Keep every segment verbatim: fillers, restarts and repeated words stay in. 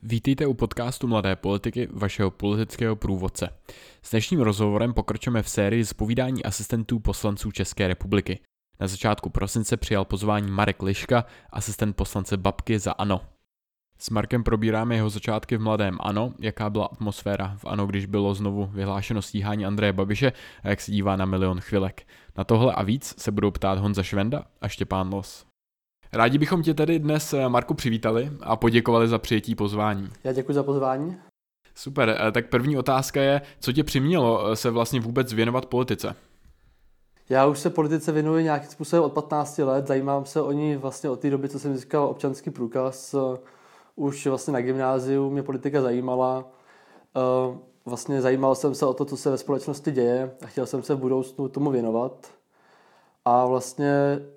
Vítejte u podcastu Mladé politiky, vašeho politického průvodce. S dnešním rozhovorem pokračujeme v sérii zpovídání asistentů poslanců České republiky. Na začátku prosince přijal pozvání Marek Liška, asistent poslance Babky za ANO. S Markem probíráme jeho začátky v Mladém ANO, jaká byla atmosféra v ANO, když bylo znovu vyhlášeno stíhání Andreje Babiše a jak se dívá na milion chvilek. Na tohle a víc se budou ptát Honza Švenda a Štěpán Los. Rádi bychom tě tedy dnes, Marku, přivítali a poděkovali za přijetí pozvání. Já děkuji za pozvání. Super, tak první otázka je, co tě přimělo se vlastně vůbec věnovat politice? Já už se politice věnuji nějakým způsobem od patnácti let, zajímám se o ní vlastně od té doby, co jsem získal občanský průkaz. Už vlastně na gymnáziu mě politika zajímala. Vlastně zajímal jsem se o to, co se ve společnosti děje a chtěl jsem se v budoucnu tomu věnovat. A vlastně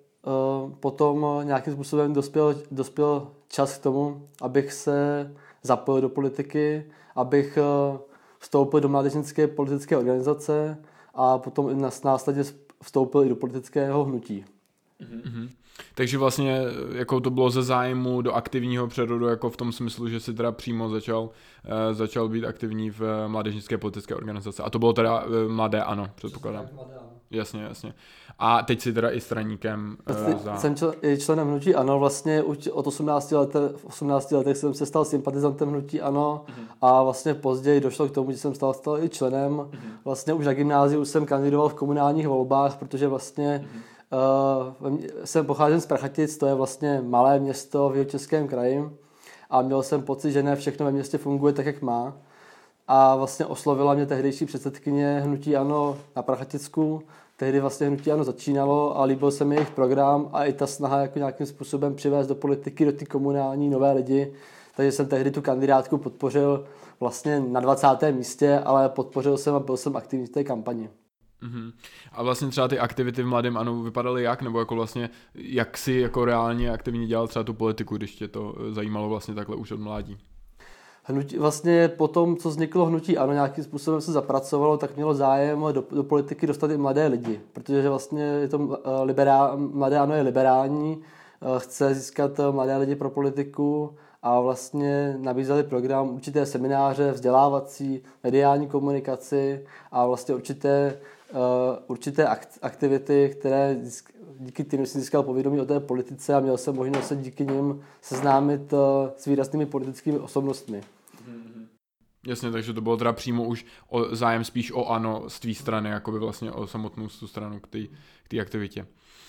potom nějakým způsobem dospěl, dospěl čas k tomu, abych se zapojil do politiky, abych vstoupil do mládežnické politické organizace a potom i následně vstoupil i do politického hnutí. Mm-hmm. Takže vlastně jako to bylo ze zájmu do aktivního přerodu, jako v tom smyslu, že si teda přímo začal, uh, začal být aktivní v mládežnické politické organizace. A to bylo teda uh, Mladé ANO, předpokládám. Mladé ANO. Jasně, jasně. A teď si teda i straníkem uh, za... Jsem čl- členem hnutí ANO, vlastně už od osmnácti let, v osmnácti letech jsem se stal sympatizantem hnutí ANO mm-hmm. a vlastně později došlo k tomu, že jsem stal, stal i členem. Mm-hmm. Vlastně už na gymnáziu jsem kandidoval v komunálních volbách, protože vlastně mm-hmm. Uh, jsem pocházím z Prachatic, to je vlastně malé město v Jihočeském kraji a měl jsem pocit, že ne všechno ve městě funguje tak, jak má. A vlastně oslovila mě tehdejší předsedkyně hnutí ANO na Prachaticku. Tehdy vlastně hnutí ANO začínalo a líbil se mi jejich program a i ta snaha jako nějakým způsobem přivést do politiky, do ty komunální nové lidi. Takže jsem tehdy tu kandidátku podpořil vlastně na dvacátém místě, ale podpořil jsem a byl jsem aktivní v té kampani. Uhum. A vlastně třeba ty aktivity v Mladém ANO vypadaly jak? Nebo jako vlastně, jak si jako reálně aktivně dělal třeba tu politiku, když tě to zajímalo vlastně takhle už od mládí? Hnutí, vlastně po tom, co vzniklo hnutí ANO, nějakým způsobem se zapracovalo, tak mělo zájem do, do politiky dostat i mladé lidi, protože vlastně je to liberál, Mladé ANO je liberální, chce získat mladé lidi pro politiku a vlastně nabízeli program určité semináře, vzdělávací, mediální komunikaci a vlastně určité Uh, určité aktivity, které díky tím jsem získal povědomí o té politice a měl jsem možnost se díky nim seznámit uh, s výraznými politickými osobnostmi. Mm-hmm. Jasně, takže to bylo teda přímo už o zájem spíš o ANO z tvý strany, jakoby vlastně o samotnou tu stranu k té aktivitě.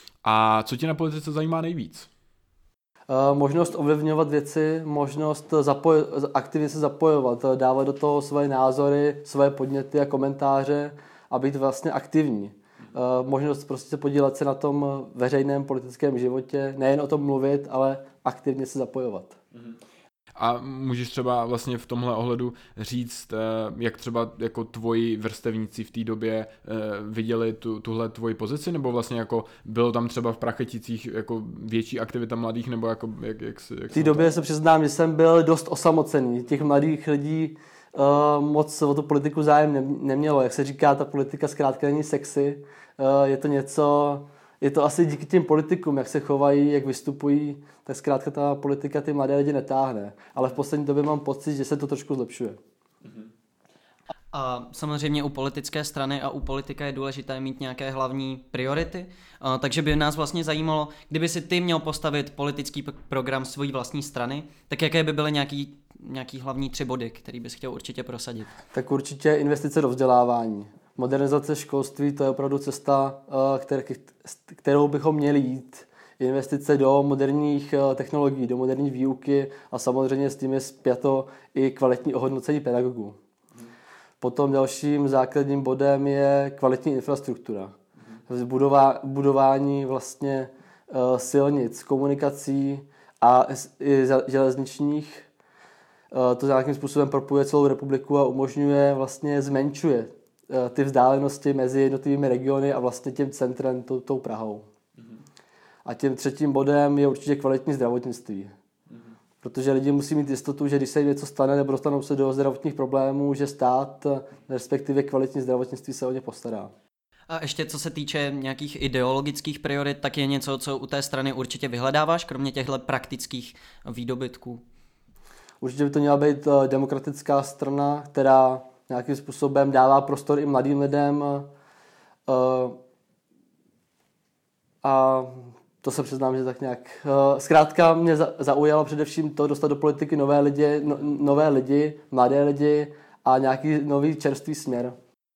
A co tě na politice zajímá nejvíc? Uh, možnost ovlivňovat věci, možnost zapoj- aktivně se zapojovat, dávat do toho svoje názory, svoje podněty a komentáře a být vlastně aktivní. Uh, možnost prostě se podílet se na tom veřejném politickém životě, nejen o tom mluvit, ale aktivně se zapojovat. A můžeš třeba vlastně v tomhle ohledu říct, jak třeba jako tvoji vrstevníci v té době viděli tu, tuhle tvoji pozici, nebo vlastně jako bylo tam třeba v Prachaticích jako větší aktivita mladých, nebo jako jak, jak, jak v té době se přiznám, že jsem byl dost osamocený. Těch mladých lidí Uh, moc o tu politiku zájem ne- nemělo. Jak se říká, ta politika zkrátka není sexy. Uh, je to něco, je to asi díky těm politikům, jak se chovají, jak vystupují, tak zkrátka ta politika ty mladé lidi netáhne. Ale v poslední době mám pocit, že se to trošku zlepšuje. A samozřejmě u politické strany a u politika je důležité mít nějaké hlavní priority, a, takže by nás vlastně zajímalo, kdyby si ty měl postavit politický program svojí vlastní strany, tak jaké by byly nějaký, nějaký hlavní tři body, který bys chtěl určitě prosadit? Tak určitě investice do vzdělávání. Modernizace školství, to je opravdu cesta, kterou bychom měli jít. Investice do moderních technologií, do moderní výuky a samozřejmě s tím je spjato i kvalitní ohodnocení pedagogů. Potom dalším základním bodem je kvalitní infrastruktura. Budova, budování vlastně uh, silnic, komunikací a i železničních. Uh, to nějakým způsobem propojuje celou republiku a umožňuje, vlastně zmenšuje uh, ty vzdálenosti mezi jednotlivými regiony a vlastně tím centrem, tou, tou Prahou. A tím třetím bodem je určitě kvalitní zdravotnictví. Protože lidi musí mít jistotu, že když se jim něco stane nebo dostanou se do zdravotních problémů, že stát, respektive kvalitní zdravotnictví se o ně postará. A ještě co se týče nějakých ideologických priorit, tak je něco, co u té strany určitě vyhledáváš, kromě těchto praktických výdobytků? Určitě by to měla být demokratická strana, která nějakým způsobem dává prostor i mladým lidem. A to se přiznám, že tak nějak... Zkrátka mě zaujalo především to dostat do politiky nové lidi, no, nové lidi, mladé lidi a nějaký nový čerstvý směr.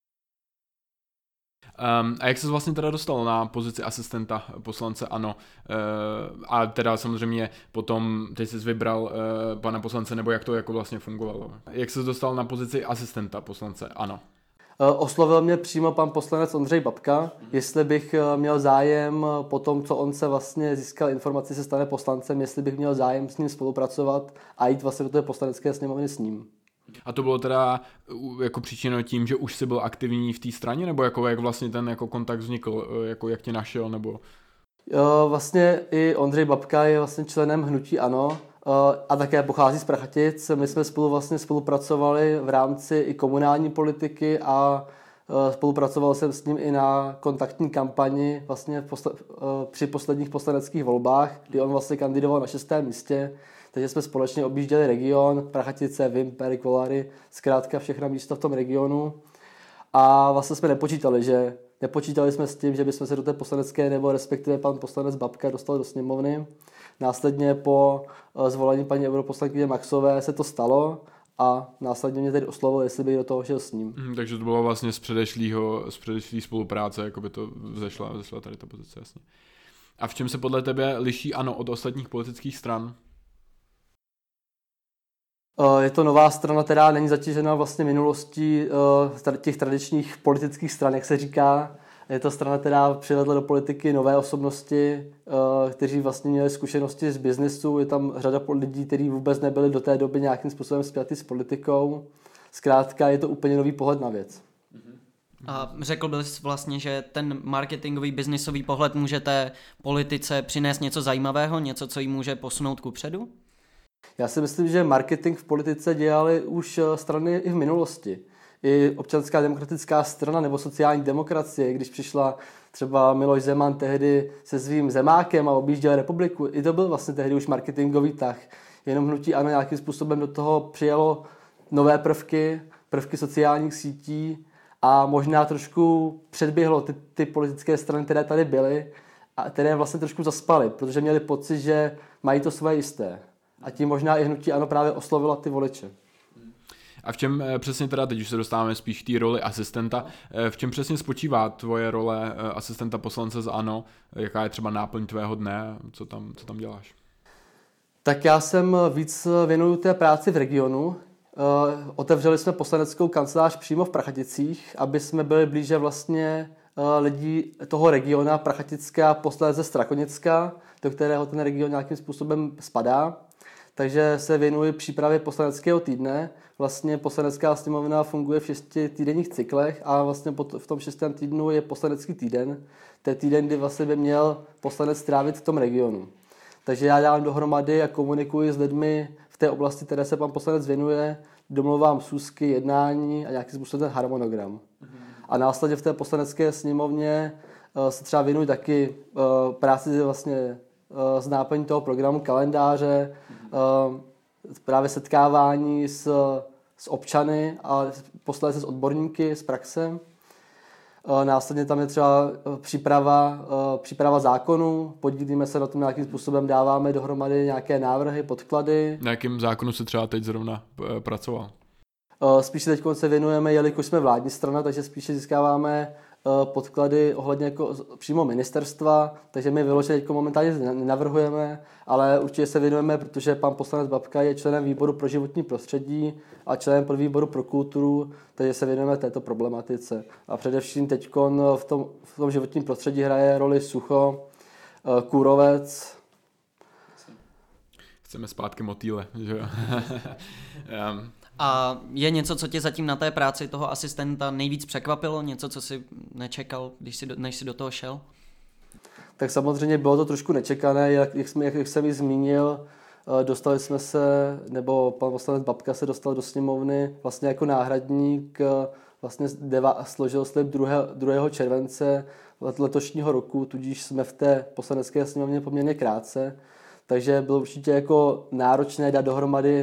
Um, a jak jsi vlastně teda dostal na pozici asistenta poslance ANO? Uh, a teda samozřejmě potom, teď jsi vybral uh, pana poslance, nebo jak to jako vlastně fungovalo? Jak jsi dostal na pozici asistenta poslance ANO? Oslovil mě přímo pan poslanec Ondřej Babka, jestli bych měl zájem po tom, co on se vlastně získal informaci, se stane poslancem, jestli bych měl zájem s ním spolupracovat a jít vlastně do té poslanecké sněmovny s ním. A to bylo teda jako příčinou tím, že už jsi byl aktivní v té straně, nebo jako jak vlastně ten jako kontakt vznikl, jako jak tě našel, nebo? Vlastně i Ondřej Babka je vlastně členem hnutí ANO a také pochází z Prachatic. My jsme spolu vlastně spolupracovali v rámci i komunální politiky a spolupracoval jsem s ním i na kontaktní kampani vlastně v posle, při posledních poslaneckých volbách, kdy on vlastně kandidoval na šestém místě. Takže jsme společně objížděli region, Prachatice, Vimper, Kolary, zkrátka všechna místa v tom regionu. A vlastně jsme nepočítali, že nepočítali jsme s tím, že bychom se do té poslanecké, nebo respektive pan poslanec Babka dostal do sněmovny. Následně po zvolení paní europoslankyně Maxové se to stalo a následně mě tedy oslovil, jestli bych do toho šel s ním. Hmm, takže to bylo vlastně z předešlého, z předešlý spolupráce, jako by to vzešla, vzešla tady ta pozice, jasně. A v čem se podle tebe liší ANO od ostatních politických stran? Je to nová strana, která není zatížena vlastně minulostí těch tradičních politických stran, jak se říká. Je to strana, která přivedla do politiky nové osobnosti, kteří vlastně měli zkušenosti z biznesu. Je tam řada lidí, kteří vůbec nebyli do té doby nějakým způsobem spjatí s politikou. Zkrátka je to úplně nový pohled na věc. A řekl bys vlastně, že ten marketingový, biznisový pohled může té politice přinést něco zajímavého, něco, co jí může posunout kupředu? Já si myslím, že marketing v politice dělali už strany i v minulosti. I občanská demokratická strana nebo sociální demokracie, když přišla třeba Miloš Zeman tehdy se svým Zemákem a objížděl republiku, i to byl vlastně tehdy už marketingový tah. Jenom hnutí ANO nějakým způsobem do toho přijalo nové prvky, prvky sociálních sítí a možná trošku předběhlo ty, ty politické strany, které tady byly a které vlastně trošku zaspaly, protože měli pocit, že mají to své jisté. A tím možná i hnutí ANO právě oslovila ty voliče. A v čem přesně teda, teď už se dostáváme spíš k té roli asistenta, v čem přesně spočívá tvoje role asistenta poslance z ANO? Jaká je třeba náplň tvého dne? Co tam, co tam děláš? Tak já jsem víc věnuju té práci v regionu. Otevřeli jsme poslaneckou kancelář přímo v Prachaticích, aby jsme byli blíže vlastně lidí toho regiona Prachatická, posléze Strakonická, do kterého ten region nějakým způsobem spadá. Takže se věnuji přípravě poslaneckého týdne. Vlastně poslanecká sněmovna funguje v šesti týdenních cyklech a vlastně v tom šestém týdnu je poslanecký týden. To je týden, kdy vlastně by měl poslanec strávit v tom regionu. Takže já dávám dohromady a komunikuji s lidmi v té oblasti, které se pan poslanec věnuje, domluvám schůzky, jednání a nějaký způsob ten harmonogram. A následně v té poslanecké sněmovně se třeba věnuji taky práci vlastně z náplní toho programu, kalendáře, právě setkávání s, s občany a posléze s odborníky z praxe. Následně tam je třeba příprava, příprava zákonů, podílíme se na tom nějakým způsobem, dáváme dohromady nějaké návrhy, podklady. Na jakém zákonu se třeba teď zrovna pracoval? Spíše teď se věnujeme, jelikož jsme vládní strana, takže spíše získáváme podklady ohledně jako přímo ministerstva, takže my vyloženě teď momentálně nenavrhujeme, ale určitě se věnujeme, protože pan poslanec Babka je členem výboru pro životní prostředí a členem podvýboru pro kulturu, takže se věnujeme této problematice. A především teď v tom, v tom životním prostředí hraje roli sucho, kůrovec. Chceme zpátky motýle, že jo? um. A je něco, co tě zatím na té práci toho asistenta nejvíc překvapilo? Něco, co jsi nečekal, když jsi do, než jsi do toho šel? Tak samozřejmě bylo to trošku nečekané, jak, jak, jsme, jak, jak jsem ji zmínil, dostali jsme se, nebo pan poslanec Babka se dostal do sněmovny vlastně jako náhradník, vlastně deva, složil slib druhého července letošního roku, tudíž jsme v té poslanecké sněmovně poměrně krátce, takže bylo určitě jako náročné dát dohromady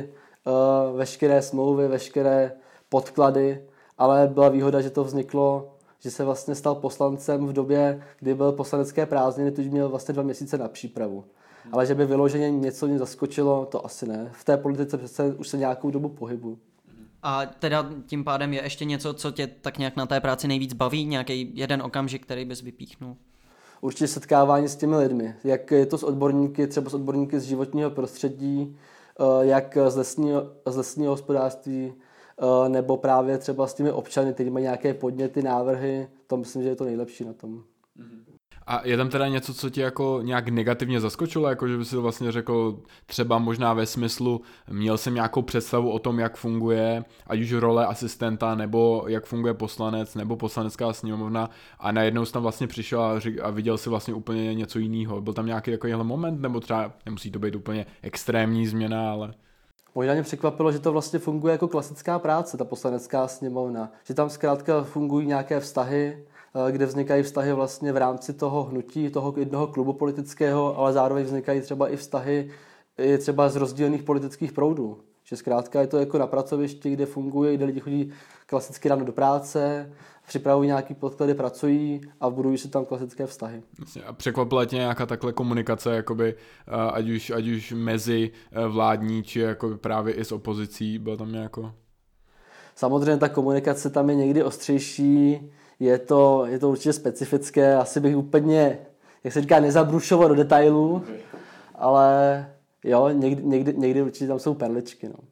veškeré smlouvy, veškeré podklady, ale byla výhoda, že to vzniklo, že se vlastně stal poslancem v době, kdy byl poslanecké prázdniny, tudíž měl vlastně dva měsíce na přípravu. Hmm. Ale že by vyloženě něco mě zaskočilo, to asi ne. V té politice přece už se nějakou dobu pohybu. A teda tím pádem je ještě něco, co tě tak nějak na té práci nejvíc baví? Nějaký jeden okamžik, který bys vypíchnul? Určitě setkávání s těmi lidmi. Jak je to s odborníky, třeba s odborníky z životního prostředí, jak z lesního, z lesního hospodářství, nebo právě třeba s těmi občany, kteří mají nějaké podněty, návrhy. To myslím, že je to nejlepší na tom. A je tam teda něco, co tě jako nějak negativně zaskočilo, jako že by si vlastně řekl třeba možná ve smyslu, měl jsem nějakou představu o tom, jak funguje, ať už role asistenta, nebo jak funguje poslanec, nebo poslanecká sněmovna a najednou jsi tam vlastně přišel a, ři- a viděl si vlastně úplně něco jiného. Byl tam nějaký takovýhle moment, nebo třeba nemusí to být úplně extrémní změna, ale... Možná mě překvapilo, že to vlastně funguje jako klasická práce, ta poslanecká sněmovna. Že tam zkrátka fungují nějaké vztahy, kde vznikají vztahy vlastně v rámci toho hnutí, toho jednoho klubu politického, ale zároveň vznikají třeba i vztahy i třeba z rozdílných politických proudů. Že zkrátka je to jako na pracovišti, kde funguje, kde lidi chodí klasicky ráno do práce, připravují nějaký podklady, pracují a budují si tam klasické vztahy. A překvapila tě nějaká takhle komunikace, jakoby, ať už, ať už mezi vládní, či jakoby právě i s opozicí, bylo tam nějako? Samozřejmě ta komunikace tam je někdy ostřejší, je to, je to určitě specifické, asi bych úplně, jak se říká, nezabrušoval do detailů, okay. Ale jo, někdy, někdy, někdy určitě tam jsou perličky. No.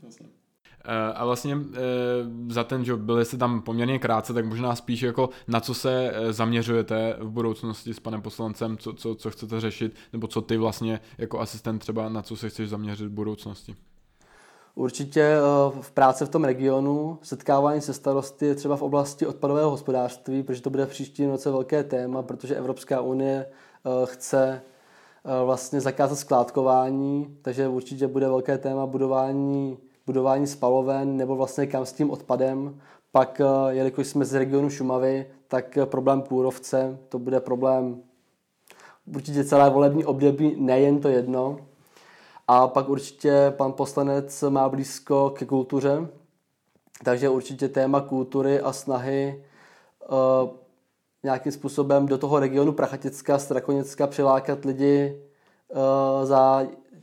A vlastně za ten job byli jste tam poměrně krátce, tak možná spíš jako na co se zaměřujete v budoucnosti s panem poslancem, co, co, co chcete řešit, nebo co ty vlastně jako asistent třeba, na co se chceš zaměřit v budoucnosti? Určitě v práci v tom regionu, setkávání se starosty třeba v oblasti odpadového hospodářství, protože to bude v příštím roce velké téma, protože Evropská unie chce vlastně zakázat skládkování, takže určitě bude velké téma budování, budování spaloven nebo vlastně kam s tím odpadem. Pak, jelikož jsme z regionu Šumavy, tak problém kůrovce, to bude problém určitě celé volební období, nejen to jedno. A pak určitě pan poslanec má blízko ke kultuře, takže určitě téma kultury a snahy uh, nějakým způsobem do toho regionu Prachaticka, Strakonicka přilákat lidi uh, za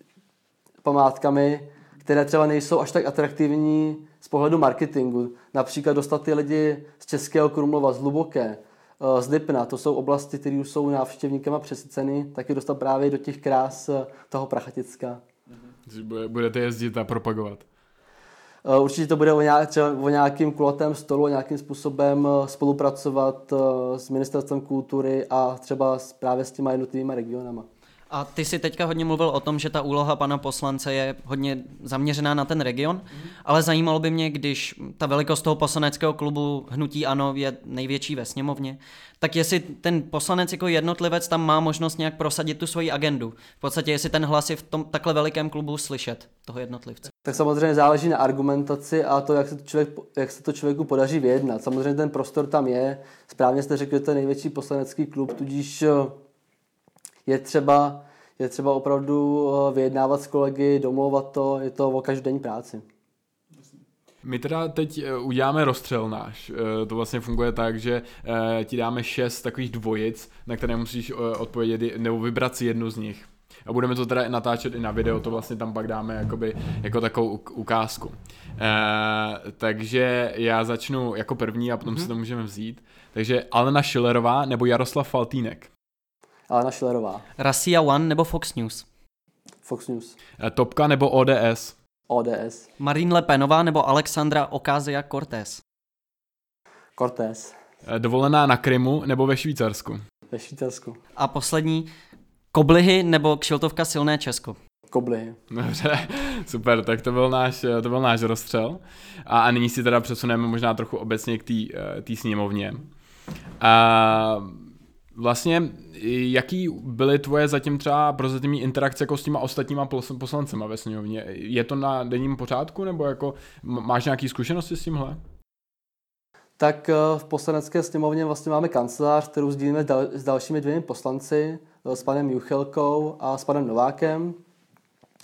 památkami, které třeba nejsou až tak atraktivní z pohledu marketingu. Například dostat ty lidi z Českého Krumlova, z Hluboké, uh, z Lipna, to jsou oblasti, které jsou návštěvníkama přesyceny, taky dostat právě do těch krás toho Prachaticka. Budete jezdit a propagovat? Určitě to bude o, nějak, třeba o nějakým kulatém stolu, o nějakým způsobem spolupracovat s Ministerstvem kultury a třeba právě s těma jednotlivými regionama. A ty jsi teďka hodně mluvil o tom, že ta úloha pana poslance je hodně zaměřená na ten region, mm. ale zajímalo by mě, když ta velikost toho poslaneckého klubu Hnutí ANO je největší ve sněmovně, tak jestli ten poslanec jako jednotlivec tam má možnost nějak prosadit tu svoji agendu. V podstatě jestli ten hlas je v tom takhle velikém klubu slyšet, toho jednotlivce. Tak samozřejmě záleží na argumentaci a to, jak se to, člověk, jak se to člověku podaří vyjednat. Samozřejmě ten prostor tam je. Správně jste řekli, že to je největší poslanecký klub, tudíž je třeba, je třeba opravdu vyjednávat s kolegy, domlouvat to, je to o každodenní práci. My teda teď uděláme rozstřel náš. To vlastně funguje tak, že ti dáme šest takových dvojic, na které musíš odpovědět nebo vybrat si jednu z nich. A budeme to teda natáčet i na video, to vlastně tam pak dáme jakoby, jako takovou ukázku. Takže já začnu jako první a potom mm-hmm. si to můžeme vzít. Takže Alena Schillerová nebo Jaroslav Faltýnek? Alena Schillerová. Russia One nebo Fox News? Fox News. Topka nebo O D S? O D S. Marine Le Penová nebo Alexandra Ocasio-Cortez? Cortez. Dovolená na Krymu nebo ve Švýcarsku? Ve Švýcarsku. A poslední, Koblihy nebo Kšiltovka Silné Česko? Koblihy. Dobře, super, tak to byl náš, to byl náš rozstřel. A, a nyní si teda přesuneme možná trochu obecně k té sněmovně. A vlastně, jaký byly tvoje zatím třeba prozatímní interakce jako s těma ostatníma poslancema ve sněmovně? Je to na denním pořádku, nebo jako máš nějaké zkušenosti s tímhle? Tak v poslanecké sněmovně vlastně máme kancelář, kterou sdílíme s dalšími dvěmi poslanci, s panem Juchelkou a s panem Novákem.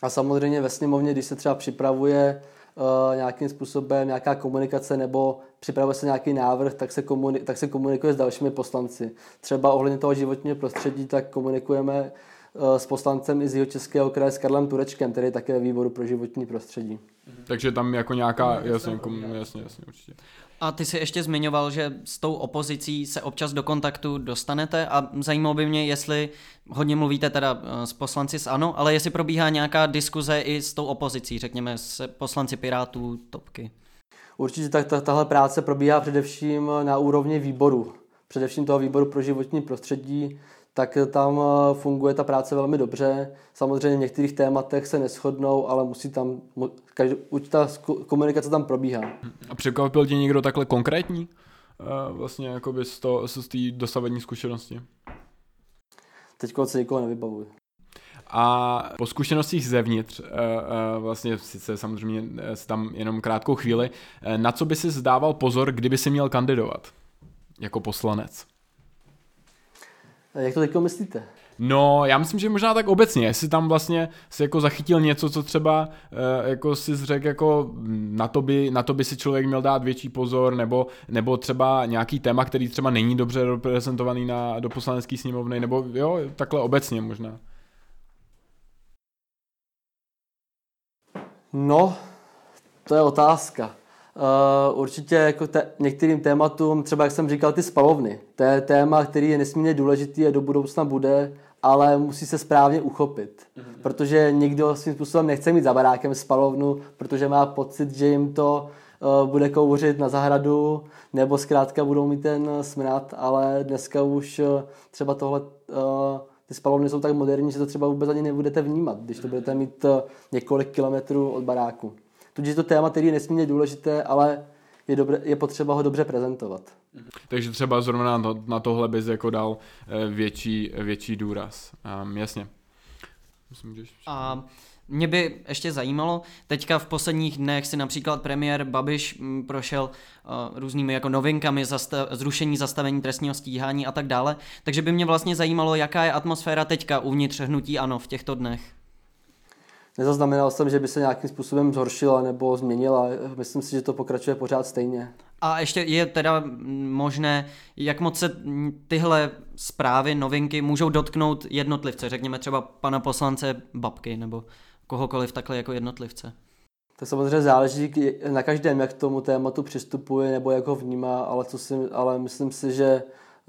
A samozřejmě ve sněmovně, když se třeba připravuje uh, nějakým způsobem nějaká komunikace nebo připravuje se nějaký návrh, tak se, komuni- tak se komunikuje s dalšími poslanci. Třeba ohledně toho životního prostředí, tak komunikujeme uh, s poslancem i z Jihočeského kraje s Karlem Turečkem, který je také ve výboru pro životní prostředí. Takže tam jako nějaká, jasně, jasně, jasně, určitě. A ty si ještě zmiňoval, že s tou opozicí se občas do kontaktu dostanete a zajímalo by mě, jestli hodně mluvíte teda s poslanci z ANO, ale jestli probíhá nějaká diskuze i s tou opozicí, řekněme s poslanci Pirátů, Topky. Určitě tak, ta, tahle práce probíhá především na úrovni výboru, především toho výboru pro životní prostředí, tak tam funguje ta práce velmi dobře. Samozřejmě v některých tématech se neshodnou, ale musí tam, každý, ta komunikace tam probíhá. A překvapil tě někdo takhle konkrétní? Vlastně jakoby z, to, z té dosavadní zkušenosti? Teď se nikoho nevybavuji. A po zkušenostích zevnitř, vlastně sice samozřejmě tam jenom krátkou chvíli, na co by si zdával pozor, kdyby si měl kandidovat jako poslanec? Jak to teďko myslíte? No, já myslím, že možná tak obecně, jestli tam vlastně si jako zachytil něco, co třeba jako si řekl, jako na to, by, na to by si člověk měl dát větší pozor, nebo, nebo třeba nějaký téma, který třeba není dobře reprezentovaný na, do poslanecké sněmovny, nebo jo, takhle obecně možná. No, to je otázka. Uh, určitě jako te, některým tématům, třeba jak jsem říkal, ty spalovny. To je téma, který je nesmírně důležitý a do budoucna bude, ale musí se správně uchopit. Mm-hmm. Protože nikdo svým způsobem nechce mít za barákem spalovnu, protože má pocit, že jim to uh, bude kouřit na zahradu, nebo zkrátka budou mít ten smrad, ale dneska už uh, třeba tohle... Uh, ty spalovny jsou tak moderní, že to třeba vůbec ani nebudete vnímat, když to budete mít uh, několik kilometrů od baráku. Tudíž to téma, který je nesmírně důležité, ale je, dobré, je potřeba ho dobře prezentovat. Takže třeba zrovna na, to, na tohle bys jako dal větší, větší důraz. Um, jasně. Myslím, že... A mě by ještě zajímalo, teďka v posledních dnech si například premiér Babiš m, prošel uh, různými jako novinkami, zastav, zrušení zastavení trestního stíhání a tak dále, takže by mě vlastně zajímalo, jaká je atmosféra teďka uvnitř hnutí ANO v těchto dnech. Nezaznamenal jsem, že by se nějakým způsobem zhoršila nebo změnila. Myslím si, že to pokračuje pořád stejně. A ještě je teda možné, jak moc se tyhle zprávy, novinky můžou dotknout jednotlivce, řekněme třeba pana poslance Babky nebo kohokoliv takhle jako jednotlivce. To samozřejmě záleží na každém, jak k tomu tématu přistupuje nebo jak ho vnímá, ale, co si, ale myslím si, že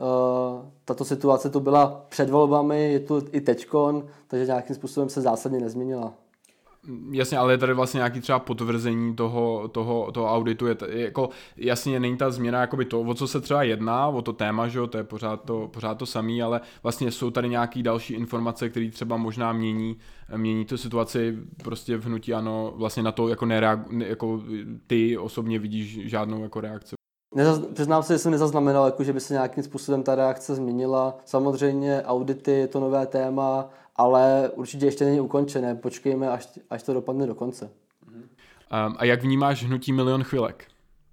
uh, tato situace tu byla před volbami, je tu i teďkon, takže nějakým způsobem se zásadně nezměnila. Jasně, ale je tady vlastně nějaký třeba potvrzení toho, toho, toho auditu, je, t- je jako jasně není ta změna jakoby to, o co se třeba jedná, o to téma, že jo, to je pořád to, pořád to samý, ale vlastně jsou tady nějaký další informace, které třeba možná mění, mění tu situaci prostě v hnutí ANO, vlastně na to jako nereagu, jako ty osobně vidíš žádnou jako reakci. Nezaz, přiznám se, že jsem nezaznamenal, jako, že by se nějakým způsobem ta reakce změnila. Samozřejmě audity je to nové téma, ale určitě ještě není ukončené. Počkejme, až, až to dopadne do konce. Um, a jak vnímáš hnutí Milion chvilek?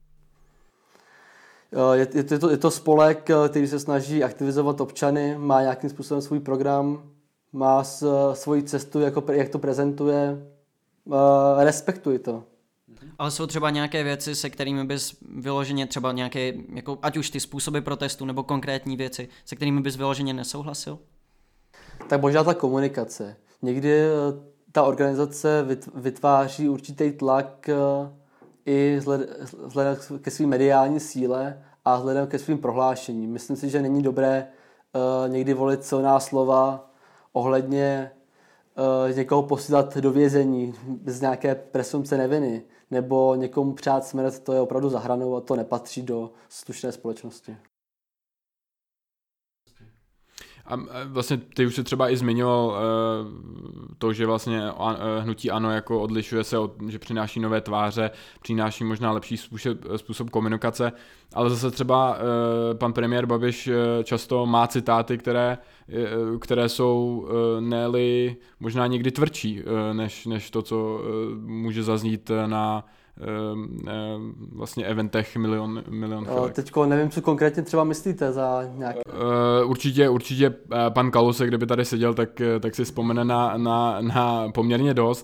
Je, je, to, je to spolek, který se snaží aktivizovat občany, má nějakým způsobem svůj program, má svoji cestu, jako, jak to prezentuje. Respektuji to. Ale jsou třeba nějaké věci, se kterými bys vyloženě třeba nějaké, jako, ať už ty způsoby protestu nebo konkrétní věci, se kterými bys vyloženě nesouhlasil? Tak možná ta komunikace. Někdy ta organizace vytváří určitý tlak i vzhledem ke své mediální síle a vzhledem ke svým prohlášením. Myslím si, že není dobré někdy volit silná slova ohledně někoho posílat do vězení bez nějaké presumce neviny, nebo někomu přát smrt, to je opravdu za hranou a to nepatří do slušné společnosti. A vlastně ty už se třeba i zmiňoval to, že vlastně hnutí ANO jako odlišuje se od, že přináší nové tváře, přináší možná lepší způsob, způsob komunikace, ale zase třeba pan premiér Babiš často má citáty, které, které jsou ne-li možná někdy tvrdší, než, než to, co může zaznít na, vlastně eventech milion, milion chvilek. Teďko nevím, co konkrétně třeba myslíte za nějaké... Určitě, určitě pan Kalousek, kdyby tady seděl, tak, tak si vzpomene na, na, na poměrně dost.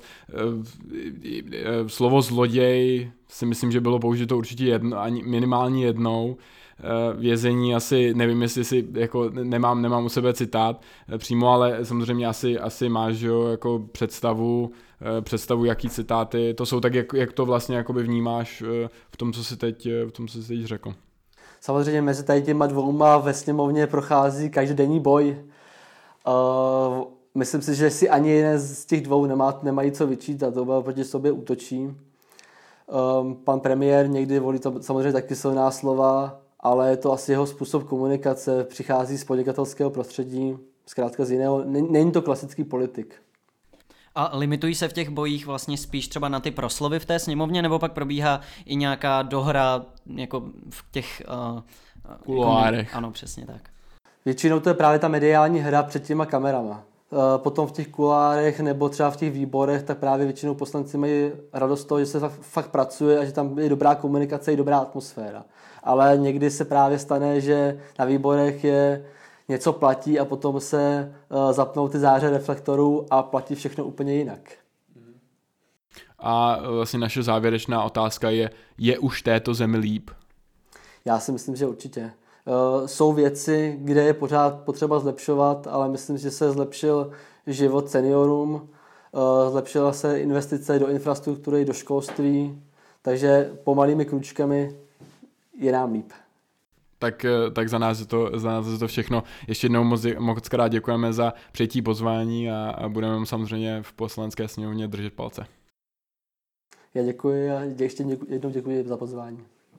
Slovo zloděj si myslím, že bylo použito určitě jedno, ani minimálně jednou. Vězení asi, nevím, jestli si, jako nemám, nemám u sebe citát přímo, ale samozřejmě asi, asi máš, jo, jako představu, představu, jaký citáty to jsou, tak jak, jak to vlastně jakoby vnímáš v tom, co si teď, v tom, co jsi teď řekl. Samozřejmě mezi tady těma dvouma ve sněmovně prochází každodenní boj. Uh, myslím si, že si ani jeden z těch dvou nemá, nemají co vyčítat, oba proti sobě útočí. Um, pan premiér někdy volí to, samozřejmě taky silná slova, ale je to asi jeho způsob komunikace, přichází z podnikatelského prostředí, zkrátka z jiného, není to klasický politik. A limitují se v těch bojích vlastně spíš třeba na ty proslovy v té sněmovně, nebo pak probíhá i nějaká dohra jako v těch uh, kuloárech? Ano, přesně tak. Většinou to je právě ta mediální hra před těma kamerama. Uh, potom v těch kuloárech nebo třeba v těch výborech, tak právě většinou poslanci mají radost toho, že se fakt, fakt pracuje a že tam je dobrá komunikace i dobrá atmosféra. Ale někdy se právě stane, že na výborech je něco platí a potom se uh, zapnou ty záře reflektorů a platí všechno úplně jinak. A vlastně naše závěrečná otázka je, je už této zemi líp? Já si myslím, že určitě. Uh, jsou věci, kde je pořád potřeba zlepšovat, ale myslím, že se zlepšil život seniorům, uh, zlepšila se investice do infrastruktury, do školství, takže pomalými kručkami je nám líp. Tak, tak za nás je to, za nás je to všechno. Ještě jednou moc, moc krát děkujeme za přijetí pozvání a, a budeme samozřejmě v poslanecké sněmovně držet palce. Já děkuji a ještě jednou děkuji za pozvání.